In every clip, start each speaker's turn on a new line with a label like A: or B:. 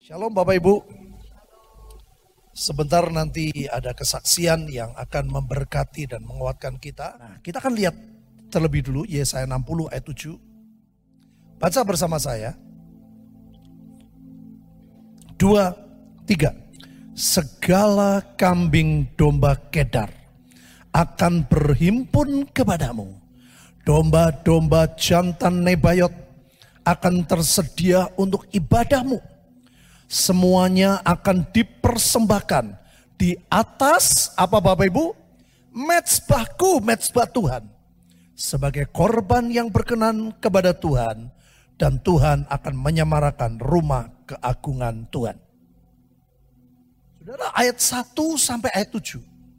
A: Shalom Bapak Ibu. Sebentar nanti ada kesaksian yang akan memberkati dan menguatkan kita. Nah, kita akan lihat terlebih dulu Yesaya 60 ayat 7. Baca bersama saya. 2, 3. Segala kambing domba Kedar akan berhimpun kepadamu. Domba-domba jantan Nebayot akan tersedia untuk ibadahmu. Semuanya akan dipersembahkan di atas apa Bapak Ibu? Mezbahku, mezbah Tuhan. Sebagai korban yang berkenan kepada Tuhan. Dan Tuhan akan menyemarakan rumah keagungan Tuhan. Saudara, ayat 1 sampai ayat 7.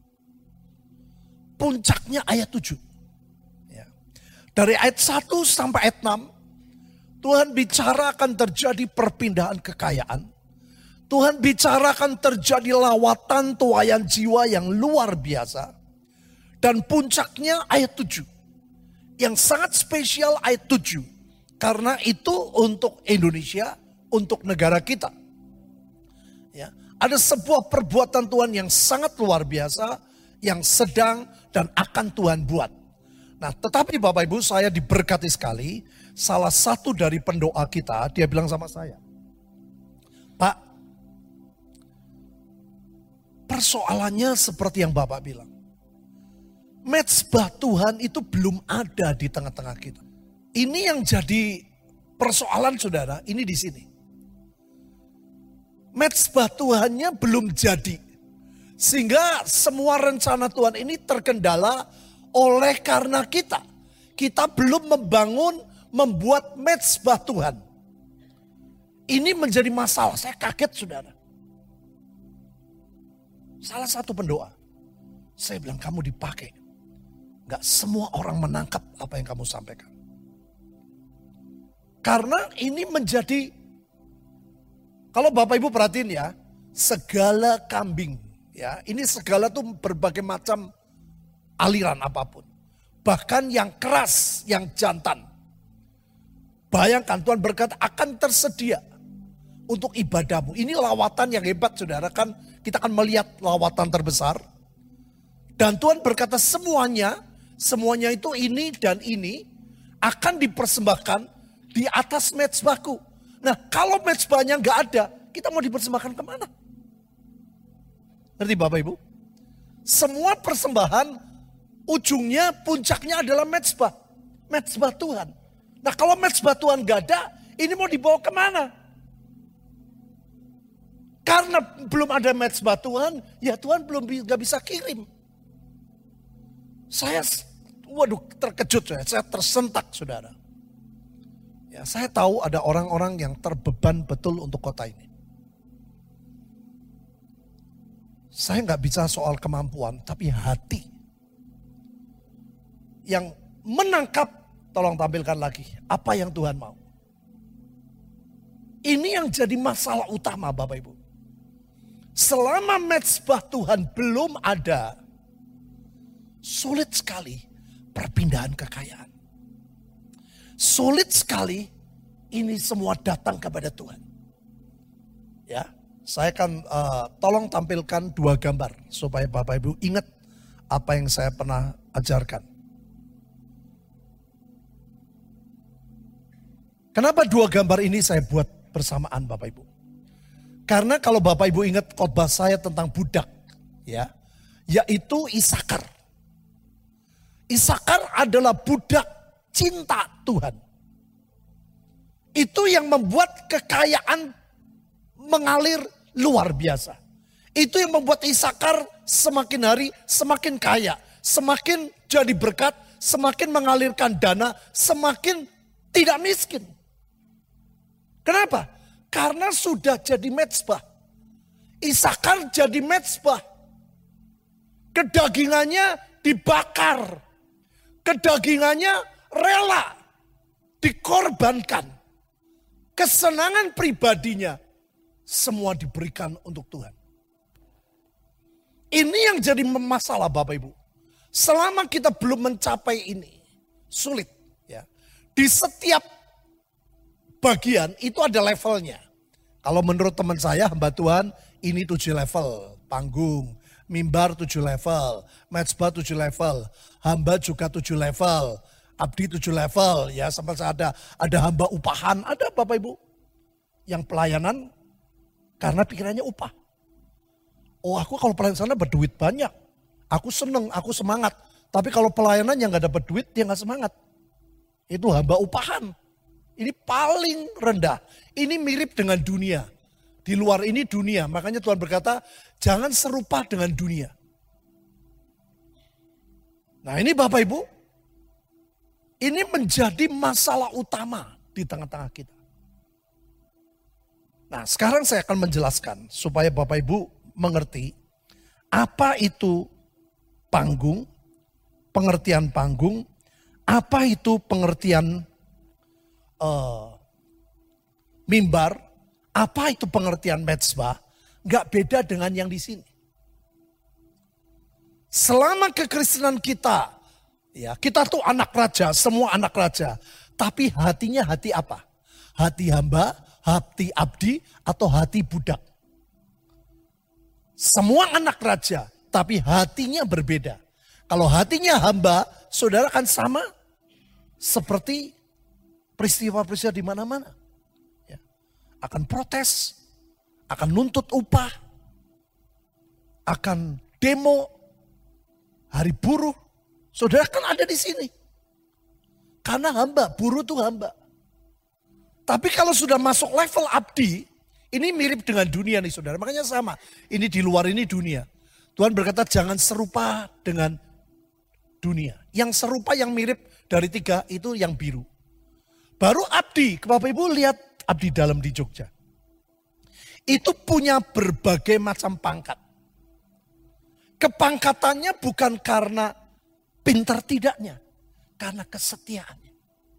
A: Puncaknya ayat 7. Ya. Dari ayat 1 sampai ayat 6. Tuhan bicara akan terjadi perpindahan kekayaan. Tuhan bicara akan terjadi lawatan tuaian jiwa yang luar biasa. Dan puncaknya ayat 7. Yang sangat spesial ayat 7. Karena itu untuk Indonesia, untuk negara kita. Ya, ada sebuah perbuatan Tuhan yang sangat luar biasa. Yang sedang dan akan Tuhan buat. Nah, tetapi Bapak Ibu, saya diberkati sekali. Salah satu dari pendoa kita, dia bilang sama saya, Pak, persoalannya seperti yang Bapak bilang. Mezbah Tuhan itu belum ada di tengah-tengah kita. Ini yang jadi persoalan saudara, ini di sini. Mezbah Tuhannya belum jadi. Sehingga semua rencana Tuhan ini terkendala oleh karena kita. Kita belum membuat mezbah Tuhan. Ini menjadi masalah, saya kaget saudara. Salah satu pendoa, saya bilang kamu dipakai. Gak semua orang menangkap apa yang kamu sampaikan. Karena ini menjadi, kalau Bapak Ibu perhatiin ya, segala kambing. Ya, ini segala tuh berbagai macam aliran apapun. Bahkan yang keras, yang jantan. Bayangkan Tuhan berkata akan tersedia untuk ibadahmu. Ini lawatan yang hebat saudara, kan kita akan melihat lawatan terbesar. Dan Tuhan berkata semuanya itu ini dan ini akan dipersembahkan di atas mezbahku. Nah, kalau mezbahnya nggak ada, kita mau dipersembahkan kemana? Ngerti Bapak Ibu? Semua persembahan ujungnya, puncaknya adalah mezbah. Mezbah Tuhan. Nah, kalau mezbah Tuhan nggak ada, ini mau dibawa kemana? Karena belum ada mezbah Tuhan, ya Tuhan belum gak bisa kirim. Saya, terkejut saya tersentak saudara. Ya, saya tahu ada orang-orang yang terbeban betul untuk kota ini. Saya gak bicara soal kemampuan, tapi hati. Yang menangkap, tolong tampilkan lagi, apa yang Tuhan mau. Ini yang jadi masalah utama Bapak Ibu. Selama mezbah Tuhan belum ada, sulit sekali perpindahan kekayaan. Sulit sekali ini semua datang kepada Tuhan. Ya, saya akan tolong tampilkan 2 gambar supaya Bapak Ibu ingat apa yang saya pernah ajarkan. Kenapa 2 gambar ini saya buat bersamaan Bapak Ibu? Karena kalau Bapak Ibu ingat khotbah saya tentang budak, ya, yaitu Isakar. Isakar adalah budak cinta Tuhan. Itu yang membuat kekayaan mengalir luar biasa. Itu yang membuat Isakar semakin hari semakin kaya, semakin jadi berkat, semakin mengalirkan dana, semakin tidak miskin. Kenapa? Karena sudah jadi mezbah. Isakar jadi mezbah. Kedagingannya dibakar. Kedagingannya rela dikorbankan. Kesenangan pribadinya semua diberikan untuk Tuhan. Ini yang jadi masalah Bapak Ibu. Selama kita belum mencapai ini, sulit. Ya. Di setiap bagian itu ada levelnya. Kalau menurut teman saya hamba Tuhan ini 7 level. Panggung, mimbar 7 level, mezbah 7 level, hamba juga 7 level, abdi 7 level. Ya sampai ada hamba upahan, ada Bapak Ibu. Yang pelayanan karena pikirannya upah. Oh aku kalau pelayanan sana berduit banyak. Aku seneng, aku semangat. Tapi kalau pelayanan yang gak dapat duit, dia gak semangat. Itu hamba upahan. Ini paling rendah. Ini mirip dengan dunia. Di luar ini dunia. Makanya Tuhan berkata, jangan serupa dengan dunia. Nah ini Bapak Ibu, ini menjadi masalah utama di tengah-tengah kita. Nah sekarang saya akan menjelaskan supaya Bapak Ibu mengerti apa itu panggung, pengertian panggung, apa itu pengertian mimbar, apa itu pengertian mezbah, nggak beda dengan yang di sini. Selama kekristenan kita, ya kita tuh anak raja, semua anak raja, tapi hatinya hati apa? Hati hamba, hati abdi, atau hati budak. Semua anak raja, tapi hatinya berbeda. Kalau hatinya hamba, saudara kan sama seperti peristiwa-peristiwa di mana-mana. Ya. Akan protes, akan nuntut upah, akan demo, hari buruh. Saudara kan ada di sini. Karena hamba, buruh itu hamba. Tapi kalau sudah masuk level abdi, ini mirip dengan dunia nih saudara. Makanya sama, ini di luar ini dunia. Tuhan berkata jangan serupa dengan dunia. Yang serupa yang mirip dari 3 itu yang biru. Baru abdi, Bapak Ibu lihat abdi dalam di Jogja. Itu punya berbagai macam pangkat. Kepangkatannya bukan karena pintar tidaknya, karena kesetiaannya.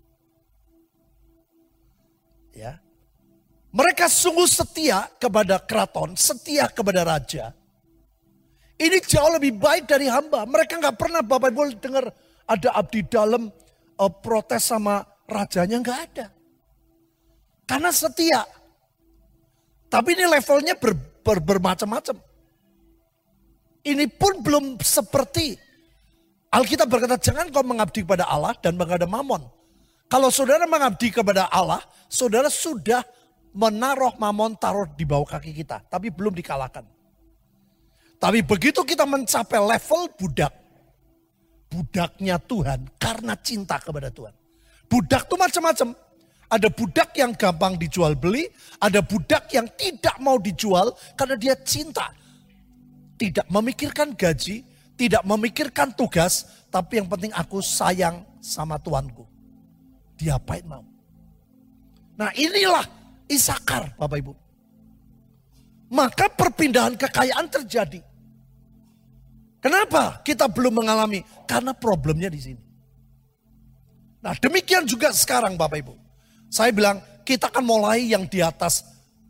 A: Ya. Mereka sungguh setia kepada keraton, setia kepada raja. Ini jauh lebih baik dari hamba. Mereka nggak pernah Bapak Ibu dengar ada abdi dalam protes sama rajanya, nggak ada. Karena setia. Tapi ini levelnya bermacam-macam. Ini pun belum seperti Alkitab berkata jangan kau mengabdi kepada Allah dan menghadap Mamon. Kalau saudara mengabdi kepada Allah, saudara sudah menaruh Mamon taruh di bawah kaki kita. Tapi belum dikalahkan. Tapi begitu kita mencapai level budak. Budaknya Tuhan karena cinta kepada Tuhan. Budak itu macam-macam. Ada budak yang gampang dijual beli. Ada budak yang tidak mau dijual karena dia cinta. Tidak memikirkan gaji. Tidak memikirkan tugas. Tapi yang penting aku sayang sama Tuanku. Diapain mau. Nah inilah Isakar Bapak Ibu. Maka perpindahan kekayaan terjadi. Kenapa kita belum mengalami? Karena problemnya di sini. Nah demikian juga sekarang Bapak Ibu. Saya bilang kita akan mulai yang di atas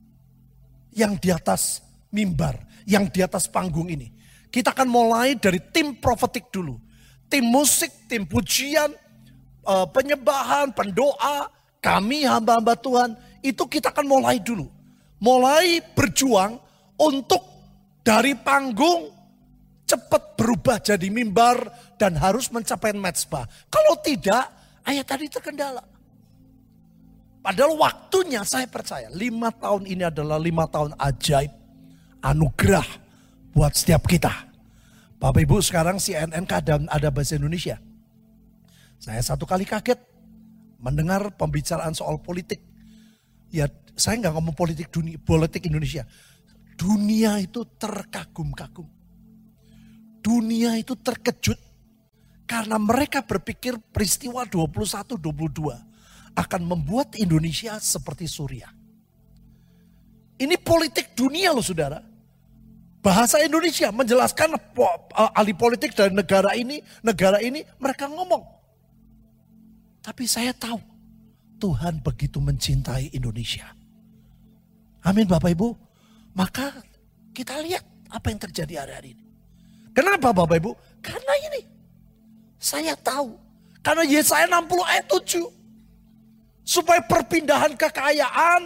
A: mimbar, yang di atas panggung ini. Kita akan mulai dari tim profetik dulu. Tim musik, tim pujian, penyembahan, pendoa, kami hamba-hamba Tuhan. Itu kita akan mulai dulu. Mulai berjuang untuk dari panggung cepat berubah jadi mimbar dan harus mencapai mezbah. Kalau tidak, ayat tadi terkendala. Padahal waktunya saya percaya 5 tahun ini adalah 5 tahun ajaib. Anugerah buat setiap kita. Bapak Ibu sekarang CNN ada bahasa Indonesia. Saya satu kali kaget mendengar pembicaraan soal politik. Ya saya nggak ngomong politik dunia, politik Indonesia. Dunia itu terkagum-kagum. Dunia itu terkejut. Karena mereka berpikir peristiwa 21-22 akan membuat Indonesia seperti Suriah. Ini politik dunia loh saudara. Bahasa Indonesia menjelaskan ahli politik dari negara ini mereka ngomong. Tapi saya tahu Tuhan begitu mencintai Indonesia. Amin Bapak Ibu. Maka kita lihat apa yang terjadi hari-hari ini. Kenapa Bapak Ibu? Karena ini. Saya tahu. Karena Yesaya 60 ayat 7. Supaya perpindahan kekayaan,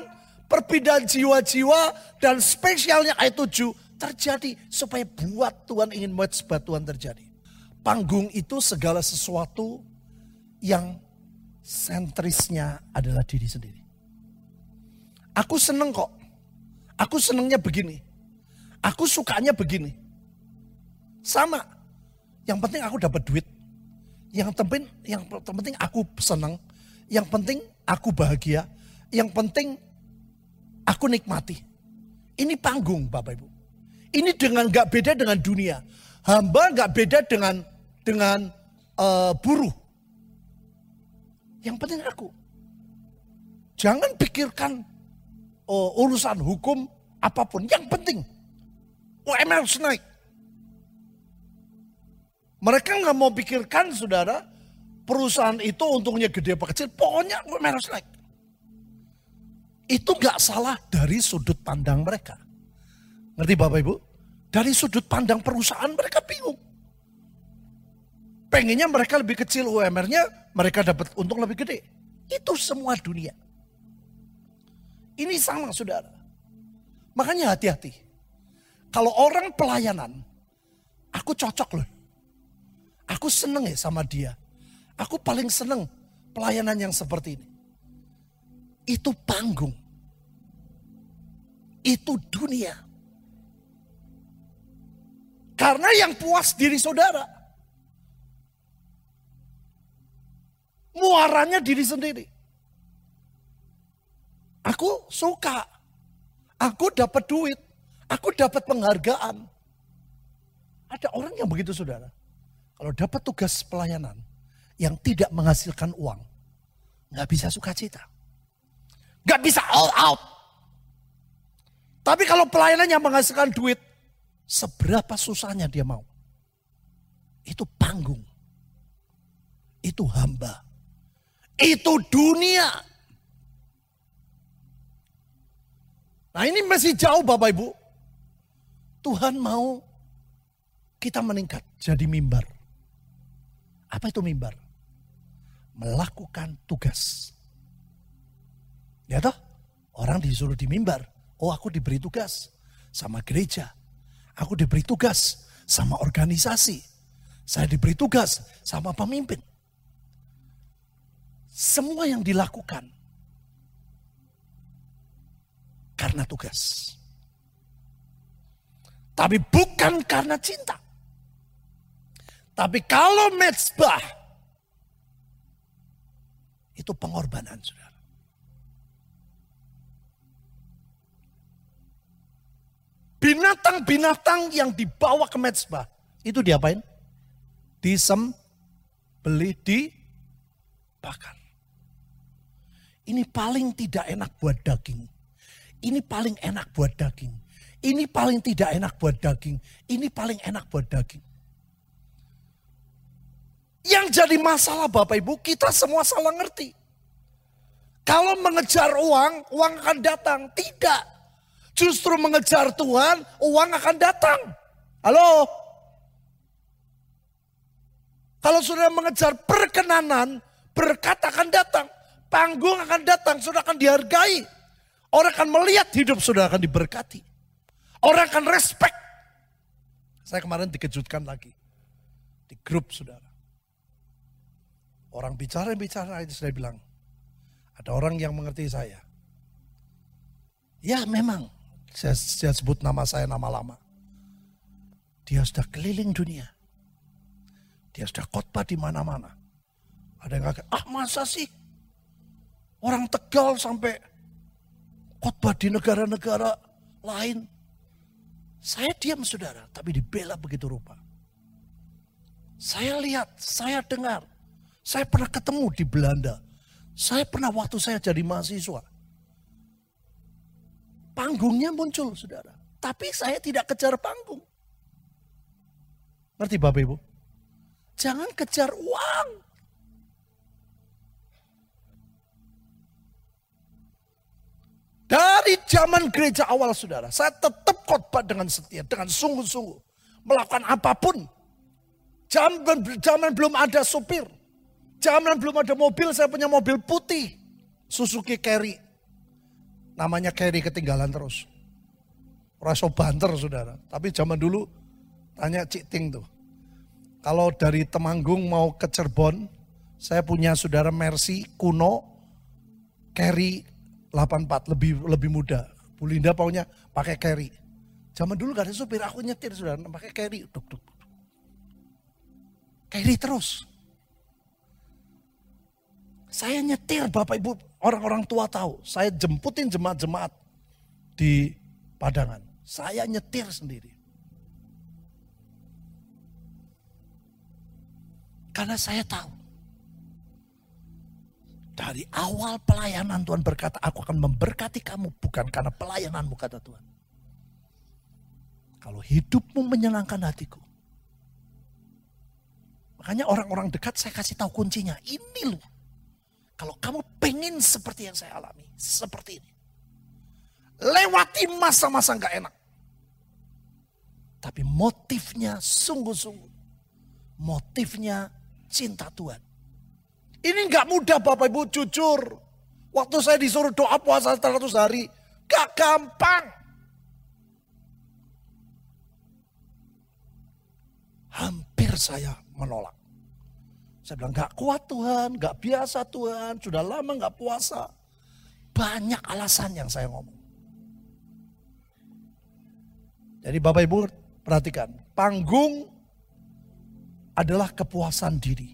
A: perpindahan jiwa-jiwa dan spesialnya ayat 7 terjadi supaya buat Tuhan ingin mezbah Tuhan terjadi. Panggung itu segala sesuatu yang sentrisnya adalah diri sendiri. Aku seneng kok. Aku senengnya begini. Aku sukanya begini. Sama. Yang penting aku dapat duit. Yang penting aku seneng. Yang penting aku bahagia. Yang penting aku nikmati. Ini panggung Bapak Ibu. Ini gak beda dengan dunia. Hamba gak beda dengan buruh. Yang penting aku. Jangan pikirkan urusan hukum apapun. Yang penting UMR harus naik. Mereka gak mau pikirkan saudara, perusahaan itu untungnya gede apa kecil. Pokoknya UMR harus naik. Itu gak salah dari sudut pandang mereka. Ngerti Bapak Ibu? Dari sudut pandang perusahaan mereka bingung. Pengennya mereka lebih kecil UMR-nya, mereka dapat untung lebih gede. Itu semua dunia. Ini sama saudara. Makanya hati-hati. Kalau orang pelayanan, aku cocok loh. Aku seneng ya sama dia. Aku paling seneng pelayanan yang seperti ini. Itu panggung. Itu dunia. Karena yang puas diri saudara. Muaranya diri sendiri. Aku suka. Aku dapat duit. Aku dapat penghargaan. Ada orang yang begitu saudara. Kalau dapat tugas pelayanan yang tidak menghasilkan uang, nggak bisa sukacita, nggak bisa all out. Tapi kalau pelayanan yang menghasilkan duit, seberapa susahnya dia mau. Itu panggung, itu hamba, itu dunia. Nah ini masih jauh Bapak Ibu. Tuhan mau kita meningkat jadi mimbar. Apa itu mimbar? Melakukan tugas. Ya toh? Orang disuruh di mimbar. Oh aku diberi tugas sama gereja. Aku diberi tugas sama organisasi. Saya diberi tugas sama pemimpin. Semua yang dilakukan karena tugas. Tapi bukan karena cinta. Tapi kalau mezbah, itu pengorbanan saudara. Binatang-binatang yang dibawa ke mezbah, itu diapain? Disembelih, dibakar. Ini paling tidak enak buat daging. Ini paling enak buat daging. Ini paling tidak enak buat daging. Ini paling enak buat daging. Yang jadi masalah Bapak Ibu, kita semua salah ngerti. Kalau mengejar uang, uang akan datang. Tidak. Justru mengejar Tuhan, uang akan datang. Halo? Kalau sudah mengejar perkenanan, berkat akan datang. Panggung akan datang, sudah akan dihargai. Orang akan melihat hidup sudah akan diberkati. Orang akan respect. Saya kemarin dikejutkan lagi. Di grup saudara. Orang bicara itu saya bilang, ada orang yang mengerti saya. Ya memang, saya sebut nama saya nama lama. Dia sudah keliling dunia. Dia sudah khotbah di mana-mana. Ada yang kaget, masa sih? Orang Tegal sampai khotbah di negara-negara lain. Saya diam saudara, tapi dibela begitu rupa. Saya lihat, saya dengar. Saya pernah ketemu di Belanda. Saya pernah waktu saya jadi mahasiswa. Panggungnya muncul saudara. Tapi saya tidak kejar panggung. Ngerti Bapak Ibu? Jangan kejar uang. Dari zaman gereja awal saudara. Saya tetap khotbah dengan setia. Dengan sungguh-sungguh. Melakukan apapun. Zaman belum ada supir. Zaman belum ada mobil, saya punya mobil putih. Suzuki Carry. namanya carry ketinggalan terus. Rasa banter saudara. Tapi zaman dulu tanya Cik Ting tuh. Kalau dari Temanggung mau ke Cirebon, saya punya saudara Mercy kuno carry 84 lebih muda. Bu Linda paunya pakai carry. Zaman dulu gak ada supir, aku nyetir saudara pakai carry. Duk. Carry terus. Saya nyetir Bapak Ibu, orang-orang tua tahu. Saya jemputin jemaat-jemaat di Padangan. Saya nyetir sendiri. Karena saya tahu. Dari awal pelayanan Tuhan berkata, aku akan memberkati kamu bukan karena pelayananmu kata Tuhan. Kalau hidupmu menyenangkan hatiku. Makanya orang-orang dekat saya kasih tahu kuncinya. Ini loh. Kalau kamu pengen seperti yang saya alami. Seperti ini. Lewati masa-masa gak enak. Tapi motifnya sungguh-sungguh. Motifnya cinta Tuhan. Ini gak mudah Bapak Ibu, jujur. Waktu saya disuruh doa puasa 100 hari. Gak gampang. Hampir saya menolak. Saya bilang gak kuat Tuhan, gak biasa Tuhan. Sudah lama gak puasa. Banyak alasan yang saya ngomong. Jadi Bapak Ibu perhatikan, panggung adalah kepuasan diri.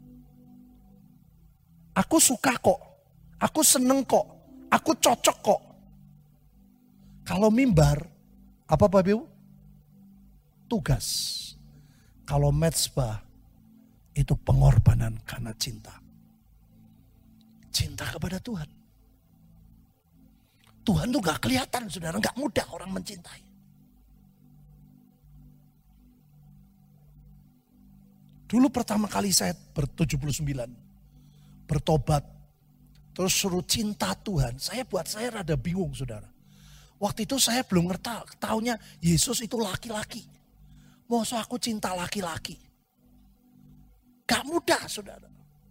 A: Aku suka kok, aku seneng kok, aku cocok kok. Kalau mimbar, apa Bapak Ibu? Tugas. Kalau mezbah, itu pengorbanan karena cinta. Cinta kepada Tuhan. Tuhan tuh gak kelihatan saudara, gak mudah orang mencintai. Dulu pertama kali saya ber-79, bertobat, terus suruh cinta Tuhan. Saya rada bingung saudara. Waktu itu saya belum ngerti, taunya Yesus itu laki-laki. Masa aku cinta laki-laki. Gak mudah saudara.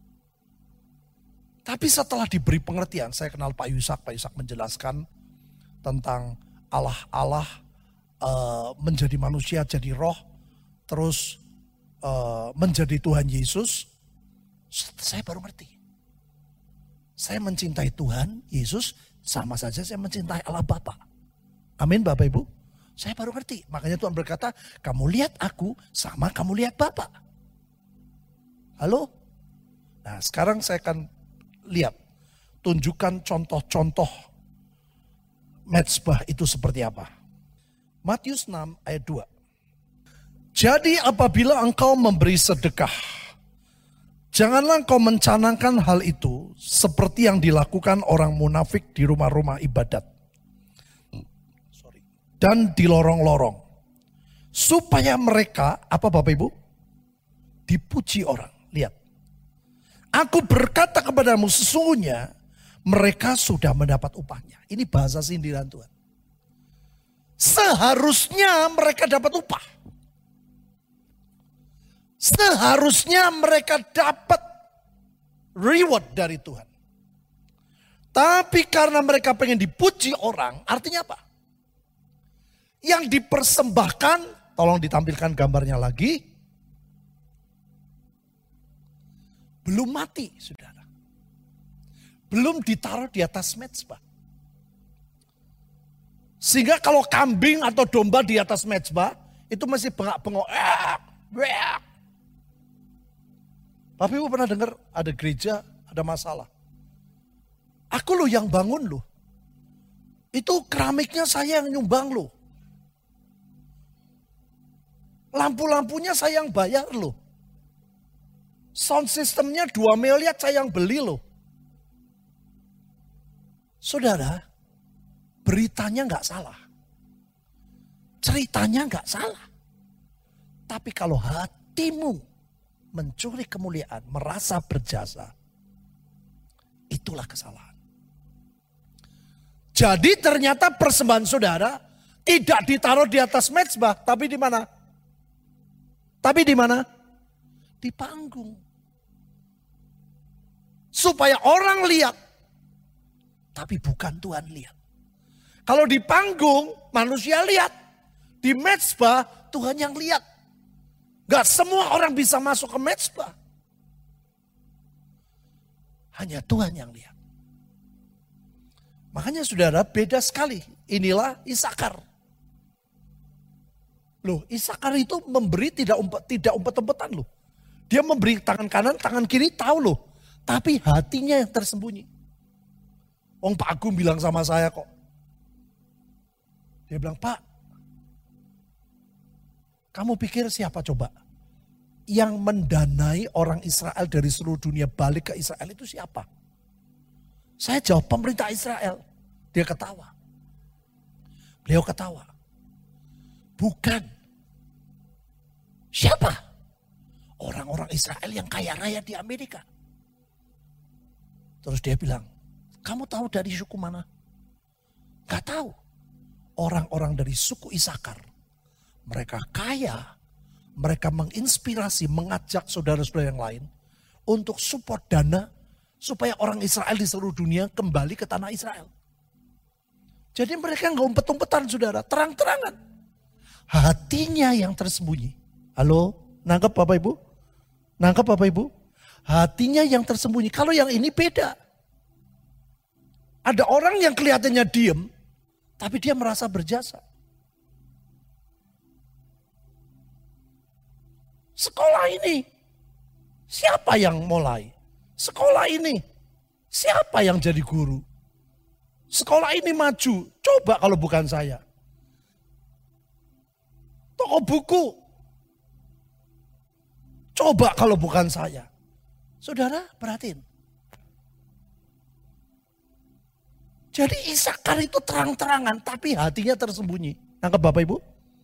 A: Tapi setelah diberi pengertian, saya kenal Pak Yusak menjelaskan tentang Allah menjadi manusia, jadi roh, terus menjadi Tuhan Yesus, saya baru ngerti. Saya mencintai Tuhan Yesus sama saja saya mencintai Allah Bapa. Amin Bapak Ibu. Saya baru ngerti. Makanya Tuhan berkata, kamu lihat aku sama kamu lihat Bapa. Halo? Nah sekarang saya akan lihat. Tunjukkan contoh-contoh mezbah itu seperti apa. Matius 6 ayat 2. Jadi apabila engkau memberi sedekah, janganlah engkau mencanangkan hal itu seperti yang dilakukan orang munafik di rumah-rumah ibadat. Dan di lorong-lorong. Supaya mereka, apa Bapak Ibu? Dipuji orang. Lihat. Aku berkata kepadamu sesungguhnya mereka sudah mendapat upahnya. Ini bahasa sindiran Tuhan. Seharusnya mereka dapat upah. Seharusnya mereka dapat reward dari Tuhan. Tapi karena mereka pengen dipuji orang, artinya apa? Yang dipersembahkan, tolong ditampilkan gambarnya lagi. Belum mati, saudara. Belum ditaruh di atas mezbah. Sehingga kalau kambing atau domba di atas mezbah, itu masih bengak-bengok. Bapak Ibu pernah dengar ada gereja, ada masalah. Aku loh yang bangun loh. Itu keramiknya saya yang nyumbang loh. Lampu-lampunya saya yang bayar loh. Sound systemnya 2 miliar saya yang beli loh. Saudara, beritanya gak salah. Ceritanya gak salah. Tapi kalau hatimu mencuri kemuliaan, merasa berjasa, itulah kesalahan. Jadi ternyata persembahan saudara tidak ditaruh di atas mezbah, tapi di mana? Tapi di mana? Di panggung. Supaya orang lihat, tapi bukan Tuhan lihat. Kalau di panggung manusia lihat. Di mezbah Tuhan yang lihat. Gak semua orang bisa masuk ke mezbah. Hanya Tuhan yang lihat. Makanya saudara beda sekali. Inilah Isakar. Loh, Isakar itu memberi tidak umpet-umpetan loh. Dia memberi tangan kanan, tangan kiri tahu loh. Tapi hatinya yang tersembunyi. Pak Agung bilang sama saya kok. Dia bilang, Pak, kamu pikir siapa coba? Yang mendanai orang Israel dari seluruh dunia balik ke Israel itu siapa? Saya jawab pemerintah Israel. Dia ketawa. Beliau ketawa. Bukan. Siapa? Orang-orang Israel yang kaya raya di Amerika. Terus dia bilang, kamu tahu dari suku mana? Gak tahu. Orang-orang dari suku Isakar. Mereka kaya. Mereka menginspirasi, mengajak saudara-saudara yang lain. Untuk support dana. Supaya orang Israel di seluruh dunia kembali ke tanah Israel. Jadi mereka gak umpet-umpetan saudara. Terang-terangan. Hatinya yang tersembunyi. Halo? Nangkep Bapak Ibu? Nangkep Bapak Ibu? Hatinya yang tersembunyi. Kalau yang ini beda. Ada orang yang kelihatannya diem. Tapi dia merasa berjasa. Sekolah ini. Siapa yang mulai? Sekolah ini. Siapa yang jadi guru? Sekolah ini maju. Coba kalau bukan saya. Toko buku. Coba kalau bukan saya. Saudara, perhatiin. Jadi Isakar itu terang-terangan, tapi hatinya tersembunyi. Nangkep Bapak Ibu?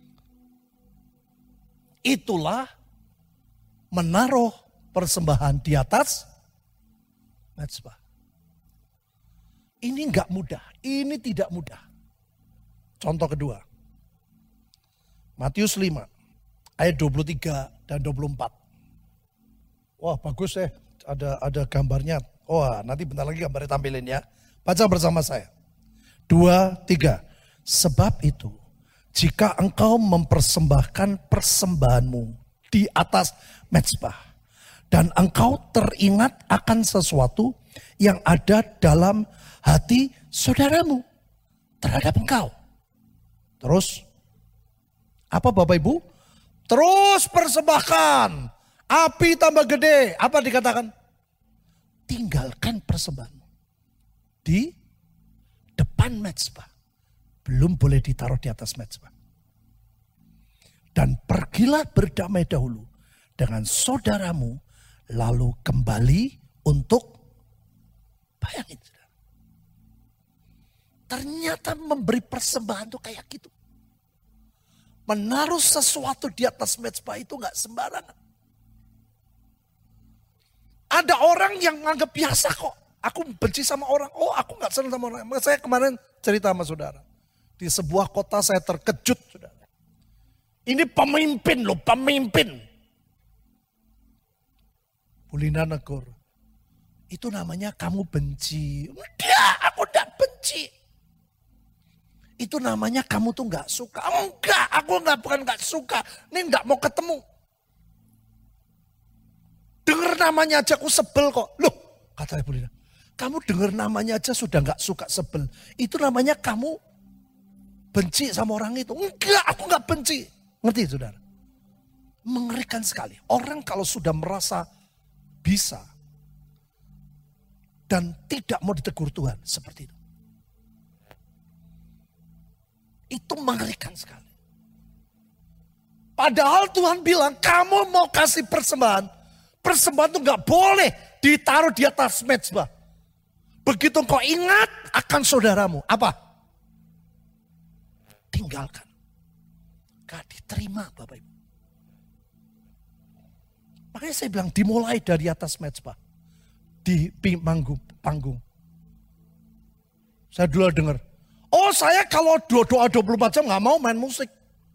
A: Itulah menaruh persembahan di atas mezbah. Ini enggak mudah, ini tidak mudah. Contoh kedua. Matius 5 ayat 23 dan 24. Wah bagus ya, ada gambarnya. Wah nanti bentar lagi gambarnya tampilin ya. Baca bersama saya. 2, 3. Sebab itu, jika engkau mempersembahkan persembahanmu di atas mezbah, dan engkau teringat akan sesuatu yang ada dalam hati saudaramu terhadap engkau. Terus, apa Bapak Ibu? Terus persembahkan. Api tambah gede. Apa dikatakan? Tinggalkan persembahan di depan mezbah. Belum boleh ditaruh di atas mezbah. Dan pergilah berdamai dahulu dengan saudaramu, lalu kembali untuk, bayangin saudara. Ternyata memberi persembahan itu kayak gitu. Menaruh sesuatu di atas mezbah itu gak sembarangan. Ada orang yang menganggap biasa kok. Aku benci sama orang. Oh aku gak senang sama orang. Saya kemarin cerita sama saudara. Di sebuah kota saya terkejut saudara. Ini pemimpin loh, pemimpin. Bulina negur. Itu namanya kamu benci. Enggak, aku gak benci. Itu namanya kamu tuh gak suka. Enggak, aku bukan gak suka. Ini gak mau ketemu. Dengar namanya aja aku sebel kok. Loh, kata Ibu Lina. Kamu dengar namanya aja sudah gak suka sebel. Itu namanya kamu benci sama orang itu. Enggak, aku gak benci. Ngerti saudara? Mengerikan sekali. Orang kalau sudah merasa bisa. Dan tidak mau ditegur Tuhan. Seperti itu. Itu mengerikan sekali. Padahal Tuhan bilang kamu mau kasih persembahan. Persembahan itu gak boleh ditaruh di atas mezbah. Begitu kau ingat akan saudaramu. Apa? Tinggalkan. Gak diterima Bapak Ibu. Makanya saya bilang dimulai dari atas mezbah. Di panggung. Saya dulu dengar. Oh saya kalau doa 24 jam gak mau main musik.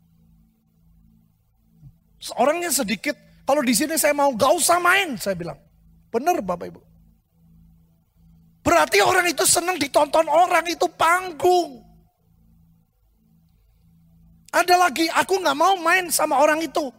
A: Orangnya sedikit. Kalau di sini saya mau gak usah main, saya bilang. Benar Bapak Ibu. Berarti orang itu senang ditonton orang, itu panggung. Ada lagi, aku gak mau main sama orang itu.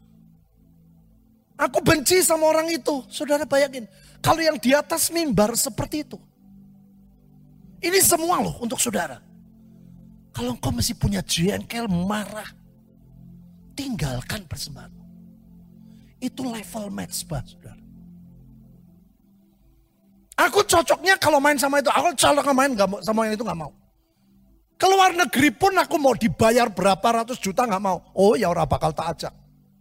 A: Aku benci sama orang itu. Saudara bayangin, kalau yang di atas mimbar seperti itu. Ini semua loh untuk saudara. Kalau engkau masih punya jengkel, marah, tinggalkan persembahan. Itu level mezbah, saudara. Aku cocoknya kalau main sama itu. Aku cocoknya main sama yang itu gak mau. Keluar negeri pun aku mau dibayar berapa ratus juta gak mau. Oh ya orang bakal tak ajak.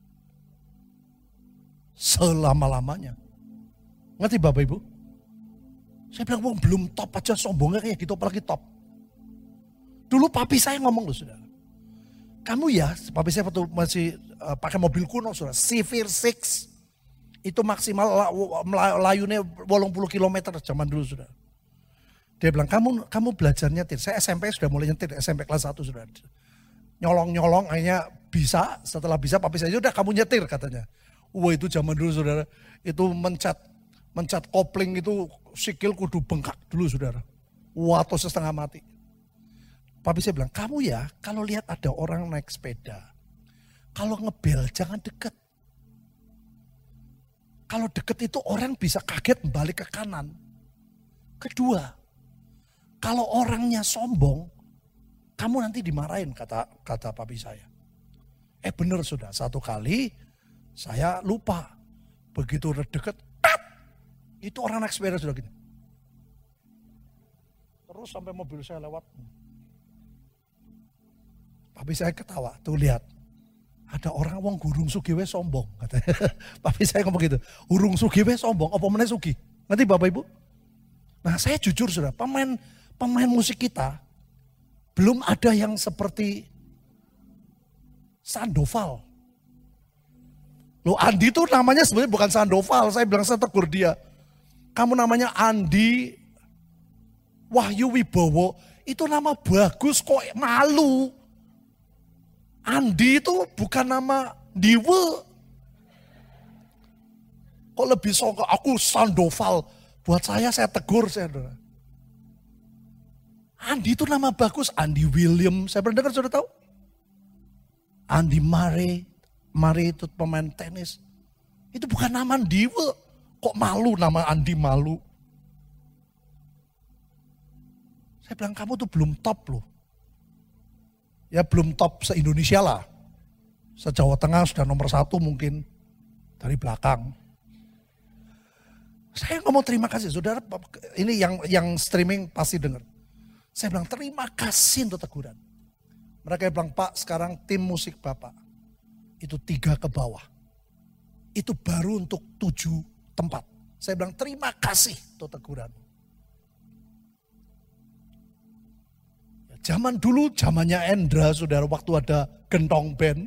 A: Selama-lamanya. Ngerti Bapak Ibu? Saya bilang belum top aja sombongnya kayak gitu apalagi top. Dulu papi saya ngomong loh saudara. Kamu ya, papi saya waktu masih pakai mobil kuno saudara. Severe 6. Itu maksimal layunya 80 km zaman dulu saudara. Dia bilang, kamu belajar nyetir. Saya SMP sudah mulai nyetir, SMP kelas 1 sudah. Nyolong-nyolong akhirnya bisa. Setelah bisa papi saya, udah kamu nyetir katanya. Wah itu zaman dulu saudara. Itu mencet kopling itu sikil kudu bengkak dulu saudara. Wah atau setengah mati. Papi saya bilang, kamu ya kalau lihat ada orang naik sepeda. Kalau ngebel jangan deket. Kalau deket itu orang bisa kaget balik ke kanan. Kedua. Kalau orangnya sombong, kamu nanti dimarahin kata papi saya. Bener sudah, satu kali saya lupa. Begitu deket, itu orang naik sepeda sudah gini. Terus sampai mobil saya lewat. Papi saya ketawa, tuh lihat. Ada orang wong gurung sugiwe sombong. Katanya. Papi saya ngomong gitu, urung sugiwe sombong, apa meneh sugi. Nanti Bapak Ibu. Nah saya jujur sudah, pemain musik kita belum ada yang seperti Sandoval. Loh Andi itu namanya sebenarnya bukan Sandoval, saya bilang saya tegur dia. Kamu namanya Andi Wahyu Wibowo, itu nama bagus kok malu. Andi itu bukan nama Diwe. Kok lebih songkok, aku Sandoval. Buat saya tegur saya. Andi itu nama bagus, Andi William, saya pernah dengar sudah tahu? Andi Murray itu pemain tenis. Itu bukan nama Diwe, kok malu nama Andi malu. Saya bilang kamu tuh belum top loh. Ya belum top se-Indonesia lah. Se-Jawa Tengah sudah nomor 1 mungkin dari belakang. Saya ngomong terima kasih, saudara ini yang streaming pasti dengar. Saya bilang terima kasih untuk teguran. Mereka bilang Pak sekarang tim musik Bapak itu 3 ke bawah. Itu baru untuk 7 tempat. Saya bilang terima kasih untuk teguran. Ya, zaman dulu zamannya Endra saudara waktu ada Gentong Band.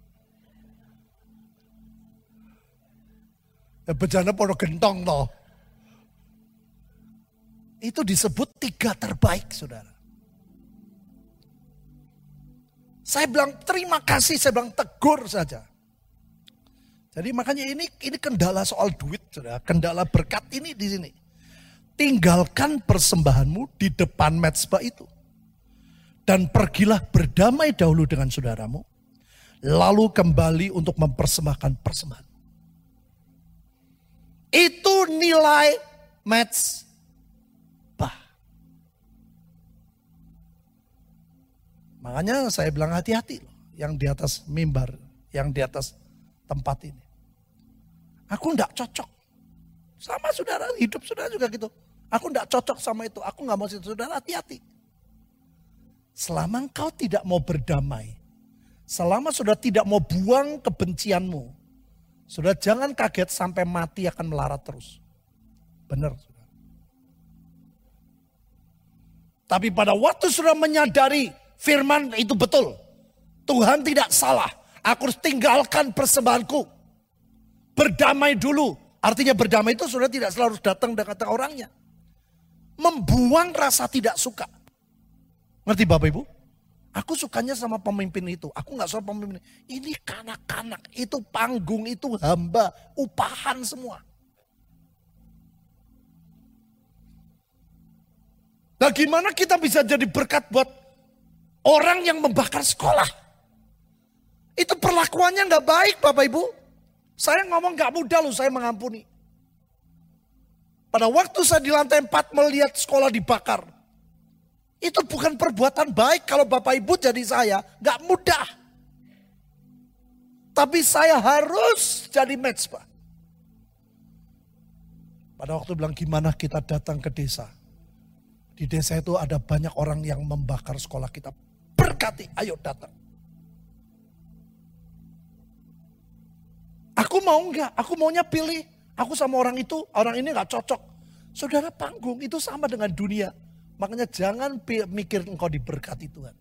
A: Ya bejana podo gentong toh. Itu disebut 3 terbaik saudara. Saya bilang terima kasih, saya bilang tegur saja. Jadi makanya ini kendala soal duit saudara. Kendala berkat ini di sini. Tinggalkan persembahanmu di depan mezbah itu. Dan pergilah berdamai dahulu dengan saudaramu. Lalu kembali untuk mempersembahkan persembahan. Itu nilai mezbah. Makanya saya bilang hati-hati loh yang di atas mimbar, yang di atas tempat ini. Aku enggak cocok. Sama saudara, hidup saudara juga gitu. Aku enggak cocok sama itu, aku enggak mau situ. Saudara hati-hati. Selama engkau tidak mau berdamai, selama sudah tidak mau buang kebencianmu, sudah jangan kaget sampai mati akan melarat terus. Benar. Tapi pada waktu sudah menyadari firman itu betul. Tuhan tidak salah. Aku harus tinggalkan persembahanku. Berdamai dulu. Artinya berdamai itu sudah tidak selalu datang dengan kata orangnya. Membuang rasa tidak suka. Ngerti Bapak Ibu? Aku sukanya sama pemimpin itu. Aku gak suka pemimpin. Ini kanak-kanak. Itu panggung. Itu hamba. Upahan semua. Nah gimana kita bisa jadi berkat buat orang yang membakar sekolah. Itu perlakuannya nggak baik Bapak Ibu. Saya ngomong nggak mudah loh saya mengampuni. Pada waktu saya di lantai 4 melihat sekolah dibakar. Itu bukan perbuatan baik kalau Bapak Ibu jadi saya. Nggak mudah. Tapi saya harus jadi mezbah. Pada waktu bilang gimana kita datang ke desa. Di desa itu ada banyak orang yang membakar sekolah kita. Berkati, ayo datang. Aku mau enggak, aku maunya pilih. Aku sama orang itu, orang ini enggak cocok. Saudara, panggung itu sama dengan dunia. Makanya jangan mikir engkau diberkati Tuhan.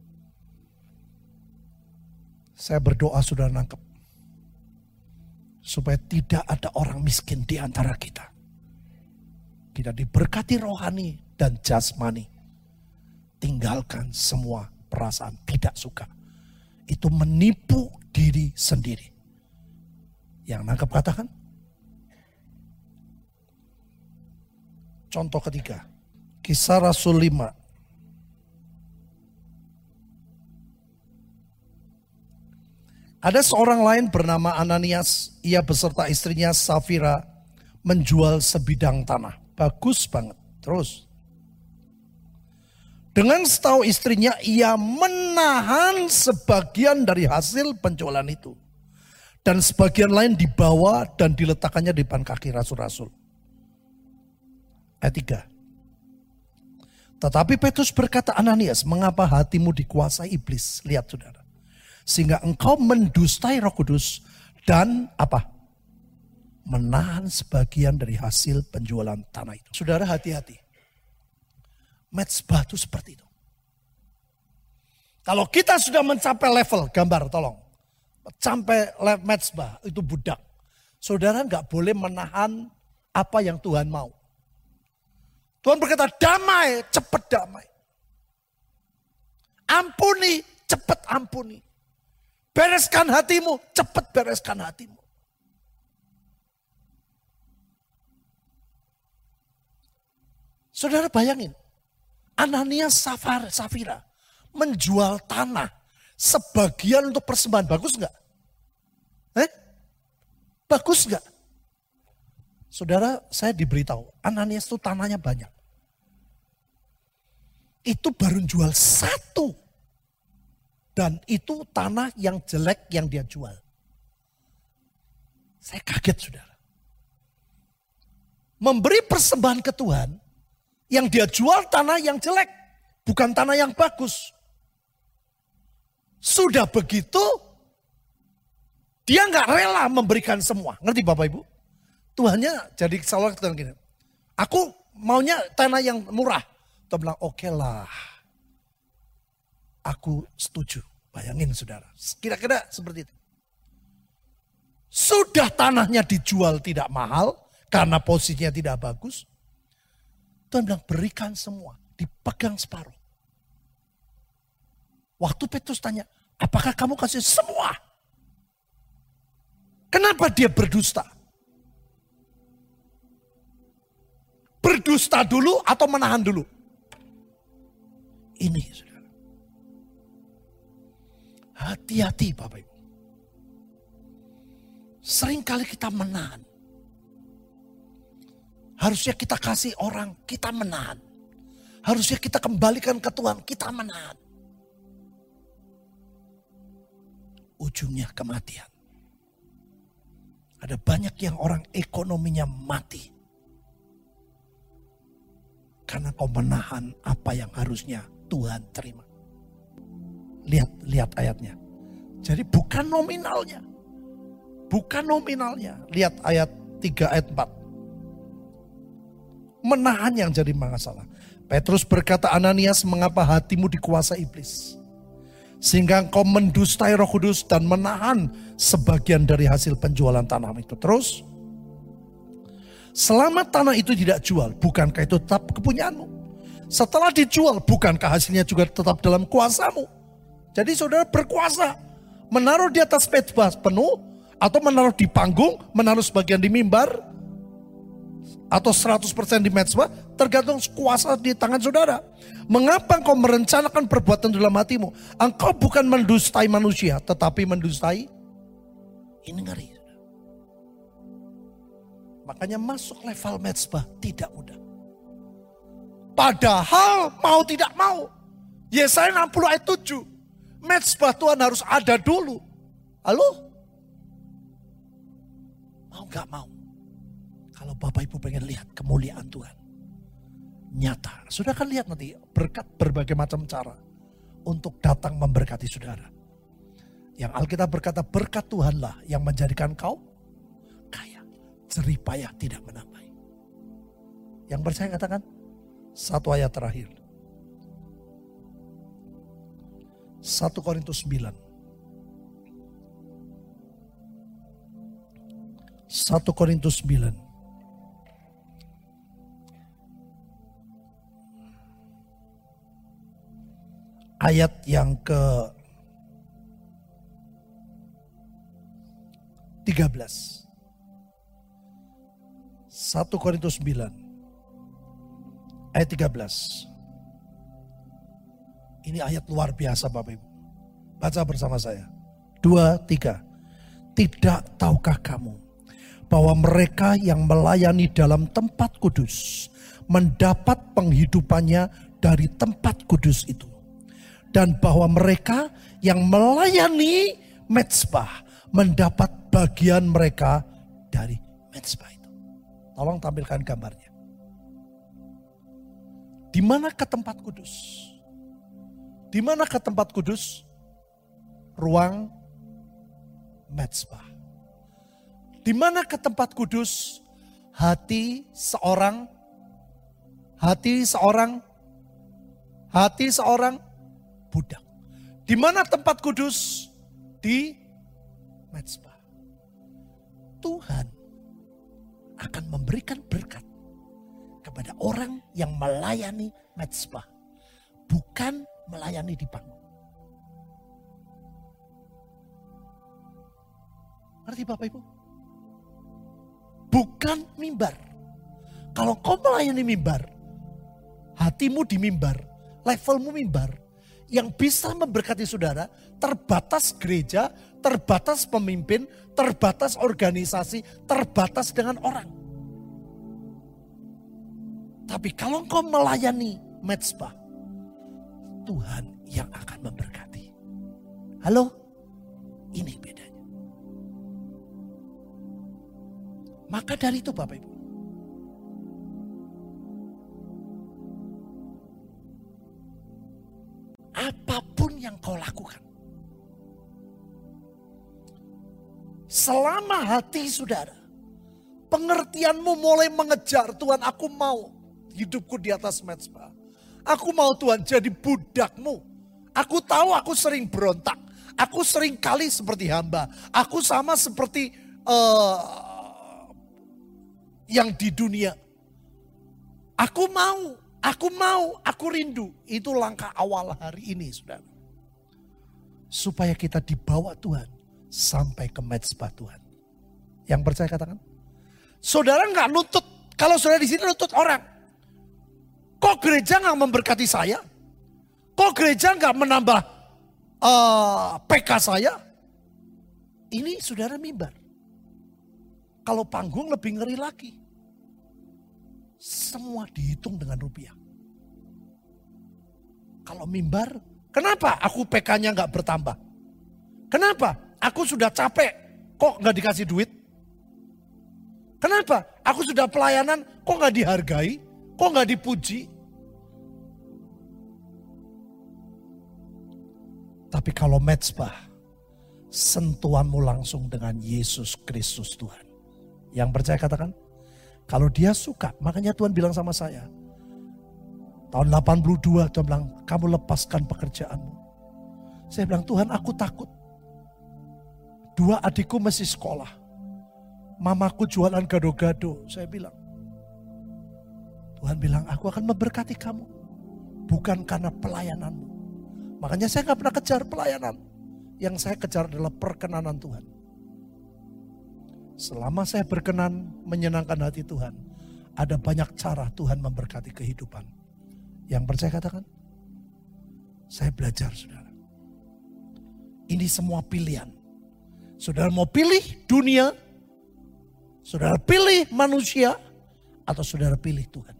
A: Saya berdoa saudara nangkep. Supaya tidak ada orang miskin di antara kita. Kita diberkati rohani dan jasmani. Tinggalkan semua perasaan tidak suka. Itu menipu diri sendiri. Yang nangkep katakan. Contoh ketiga. Kisah Rasul 5. Ada seorang lain bernama Ananias. Ia beserta istrinya Safira menjual sebidang tanah. Bagus banget. Terus. Dengan setahu istrinya ia menahan sebagian dari hasil penjualan itu. Dan sebagian lain dibawa dan diletakkannya di depan kaki rasul-rasul. Ayat 3. Tetapi Petrus berkata, Ananias, mengapa hatimu dikuasai iblis? Lihat saudara. Sehingga engkau mendustai Roh Kudus dan apa? Menahan sebagian dari hasil penjualan tanah itu. Saudara, hati-hati. Mezbah itu seperti itu. Kalau kita sudah mencapai level, gambar tolong. Sampai mezbah itu budak. Saudara nggak boleh menahan apa yang Tuhan mau. Tuhan berkata damai, cepat damai. Ampuni, cepat ampuni. Bereskan hatimu, cepat bereskan hatimu. Saudara bayangin, Ananias Safira menjual tanah sebagian untuk persembahan. Bagus nggak? Bagus nggak? Saudara, saya diberitahu, Ananias itu tanahnya banyak. Itu baru jual satu. Dan itu tanah yang jelek yang dia jual. Saya kaget saudara. Memberi persembahan ke Tuhan, yang dia jual tanah yang jelek. Bukan tanah yang bagus. Sudah begitu, dia nggak rela memberikan semua. Ngerti Bapak Ibu? Tuhannya jadi selalu katakan gini. Aku maunya tanah yang murah. Tuhan bilang oke lah. Aku setuju. Bayangin saudara. Kira-kira seperti itu. Sudah tanahnya dijual tidak mahal. Karena posisinya tidak bagus. Tuhan bilang berikan semua. Dipegang separuh. Waktu Petrus tanya. Apakah kamu kasih semua? Kenapa dia berdusta? Berdusta dulu atau menahan dulu? Ini saudara. Hati-hati Bapak Ibu. Seringkali kita menahan. Harusnya kita kasih orang, kita menahan. Harusnya kita kembalikan ke Tuhan, kita menahan. Ujungnya kematian. Ada banyak yang orang ekonominya mati. Karena kau menahan apa yang harusnya Tuhan terima. Lihat ayatnya. Jadi bukan nominalnya. Bukan nominalnya. Lihat ayat 3 ayat 4. Menahan yang jadi masalah. Petrus berkata, Ananias, mengapa hatimu dikuasai iblis? Sehingga engkau mendustai Roh Kudus dan menahan sebagian dari hasil penjualan tanah itu. Terus, selama tanah itu tidak jual, bukankah itu tetap kepunyaanmu? Setelah dijual, bukankah hasilnya juga tetap dalam kuasamu? Jadi saudara berkuasa. Menaruh di atas mezbah penuh, atau menaruh di panggung, menaruh sebagian di mimbar. atau 100% di mezbah, tergantung kuasa di tangan saudara. Mengapa engkau merencanakan perbuatan dalam hatimu? Engkau bukan mendustai manusia, tetapi mendustai. Ini ngeri. Makanya masuk level mezbah tidak mudah. Padahal mau tidak mau. Yesaya 60 ayat 7. Mezbah Tuhan harus ada dulu. Halo? Mau gak mau? Kalau Bapak Ibu pengen lihat kemuliaan Tuhan. Nyata. Sudah kan lihat nanti berkat berbagai macam cara. Untuk datang memberkati saudara. Yang Alkitab berkata berkat Tuhanlah yang menjadikan kau kaya. Jerih payah tidak menambahi. Yang percaya katakan. Satu ayat terakhir. 1 Korintus 9. 1 Korintus 9. Ayat yang ke 13. 1 Korintus 9. Ayat 13. Ini ayat luar biasa Bapak Ibu. Baca bersama saya. 2, 3. Tidak tahukah kamu bahwa mereka yang melayani dalam tempat kudus mendapat penghidupannya dari tempat kudus itu. Dan bahwa mereka yang melayani mezbah mendapat bagian mereka dari mezbah itu. Tolong tampilkan gambarnya. Di mana ke tempat kudus? Di mana ke tempat kudus? Ruang mezbah. Di mana ke tempat kudus? Hati seorang budak. Di mana tempat kudus? Di mezbah. Tuhan akan memberikan berkat kepada orang yang melayani mezbah. Bukan melayani di panggung. Ngerti Bapak Ibu? Bukan mimbar. Kalau kau melayani mimbar, hatimu di mimbar, levelmu mimbar, yang bisa memberkati saudara, terbatas gereja, terbatas pemimpin, terbatas organisasi, terbatas dengan orang. Tapi kalau engkau melayani mezbah, Tuhan yang akan memberkati. Halo? Ini bedanya. Maka dari itu Bapak Ibu. Apapun yang kau lakukan. Selama hati saudara, pengertianmu mulai mengejar, Tuhan aku mau hidupku di atas mezbah. Aku mau Tuhan jadi budakmu. Aku tahu aku sering berontak. Aku sering kali seperti hamba. Aku sama seperti yang di dunia. Aku mau, aku rindu. Itu langkah awal hari ini saudara. Supaya kita dibawa Tuhan sampai ke mezbah Tuhan. Yang percaya katakan. Saudara gak nuntut, kalau saudara di sini nuntut orang. Kok gereja gak memberkati saya? Kok gereja gak menambah PK saya? Ini saudara mimbar. Kalau panggung lebih ngeri lagi. Semua dihitung dengan rupiah. Kalau mimbar, kenapa aku PK-nya gak bertambah? Kenapa? Aku sudah capek, kok gak dikasih duit? Kenapa? Aku sudah pelayanan, kok gak dihargai? Kok gak dipuji? Tapi kalau mezbah, sentuhanmu langsung dengan Yesus Kristus Tuhan. Yang percaya katakan, kalau dia suka, makanya Tuhan bilang sama saya. Tahun 82 Tuhan bilang, kamu lepaskan pekerjaanmu. Saya bilang, Tuhan aku takut. 2 adikku masih sekolah. Mamaku jualan gado-gado. Saya bilang, Tuhan bilang, aku akan memberkati kamu. Bukan karena pelayananmu. Makanya saya gak pernah kejar pelayanan. Yang saya kejar adalah perkenanan Tuhan. Selama saya berkenan menyenangkan hati Tuhan. Ada banyak cara Tuhan memberkati kehidupan. Yang percaya katakan, saya belajar saudara. Ini semua pilihan. Saudara mau pilih dunia, saudara pilih manusia, atau saudara pilih Tuhan.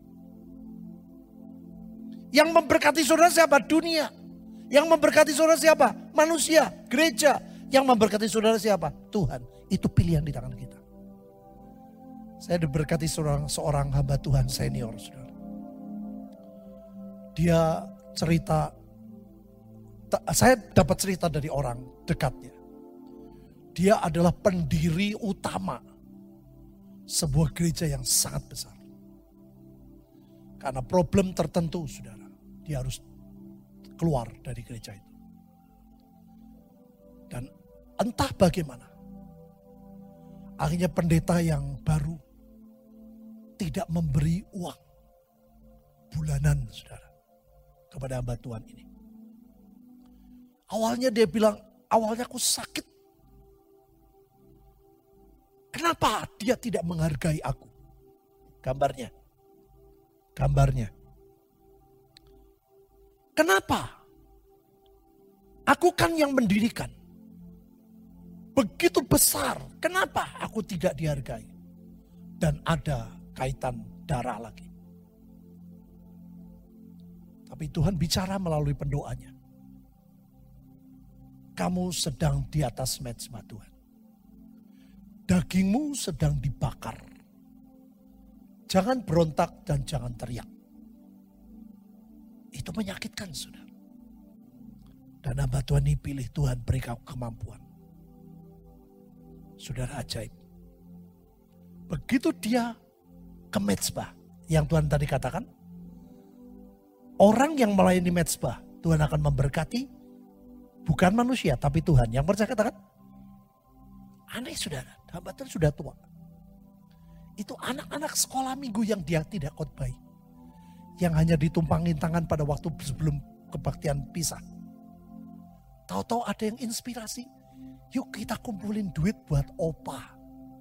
A: Yang memberkati saudara siapa? Dunia. Yang memberkati saudara siapa? Manusia, gereja. Yang memberkati saudara siapa? Tuhan. Itu pilihan di tangan kita. Saya diberkati seorang hamba Tuhan senior, saudara. Dia cerita, saya dapat cerita dari orang dekatnya. Dia adalah pendiri utama sebuah gereja yang sangat besar. Karena problem tertentu, saudara, dia harus keluar dari gereja itu. Dan entah bagaimana, akhirnya pendeta yang baru tidak memberi uang bulanan, saudara, kepada hamba Tuhan ini. Awalnya dia bilang, awalnya aku sakit. Kenapa dia tidak menghargai aku? Gambarnya. Kenapa? Aku kan yang mendirikan. Begitu besar, kenapa aku tidak dihargai? Dan ada kaitan darah lagi. Tapi Tuhan bicara melalui pendoanya. Kamu sedang di atas mezbah Tuhan. Dagingmu sedang dibakar. Jangan berontak dan jangan teriak. Itu menyakitkan, saudara. Dan hamba Tuhan ini pilih Tuhan beri kau kemampuan. Saudara, ajaib. Begitu dia ke mezbah, yang Tuhan tadi katakan, orang yang melayani mezbah, Tuhan akan memberkati, bukan manusia, tapi Tuhan. Yang percaya katakan, aneh saudara, hamba Tuhan sudah tua. Itu anak-anak sekolah minggu yang dia tidak khotbah, yang hanya ditumpangin tangan pada waktu sebelum kebaktian pisah. Tahu-tahu ada yang inspirasi, yuk kita kumpulin duit buat opa.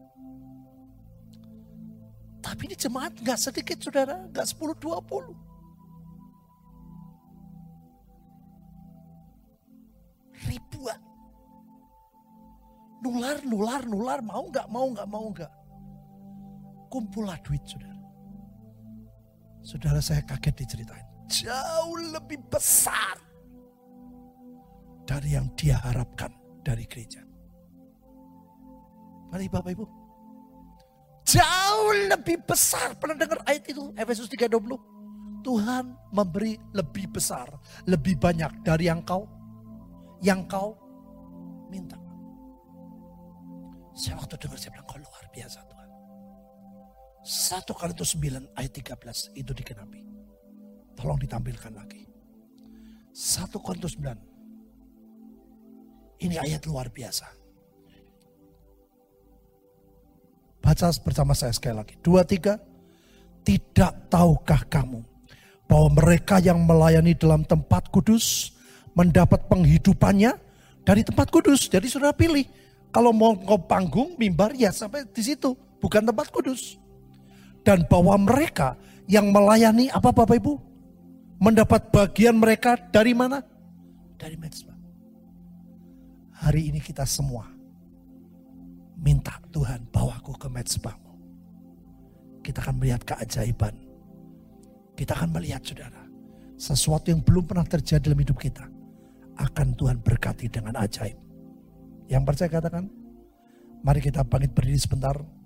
A: Tapi ini jemaat gak sedikit saudara, gak 10-20. Ribuan. Nular, mau gak. Kumpullah duit saudara. Saudara, saya kaget diceritain. Jauh lebih besar dari yang dia harapkan dari gereja. Mari Bapak Ibu. Jauh lebih besar. Pernah dengar ayat itu? Efesus 3:20. Tuhan memberi lebih besar, lebih banyak dari yang kau minta. Saya waktu dengar saya bilang, kau luar biasa Tuhan. 1 Korintus 9 ayat 13 itu digenapi. Tolong ditampilkan lagi. 1 Korintus 9. Ini ayat luar biasa. Baca bersama saya sekali lagi. 2, 3. Tidak tahukah kamu bahwa mereka yang melayani dalam tempat kudus mendapat penghidupannya dari tempat kudus. Jadi saudara pilih. Kalau mau panggung, mimbar ya sampai di situ. Bukan tempat kudus. Dan bahwa mereka yang melayani apa Bapak Ibu? Mendapat bagian mereka dari mana? Dari mezbah. Hari ini kita semua minta Tuhan bawaku ke mezbahmu. Kita akan melihat keajaiban. Kita akan melihat saudara. Sesuatu yang belum pernah terjadi dalam hidup kita. Akan Tuhan berkati dengan ajaib. Yang percaya katakan. Mari kita bangkit berdiri sebentar.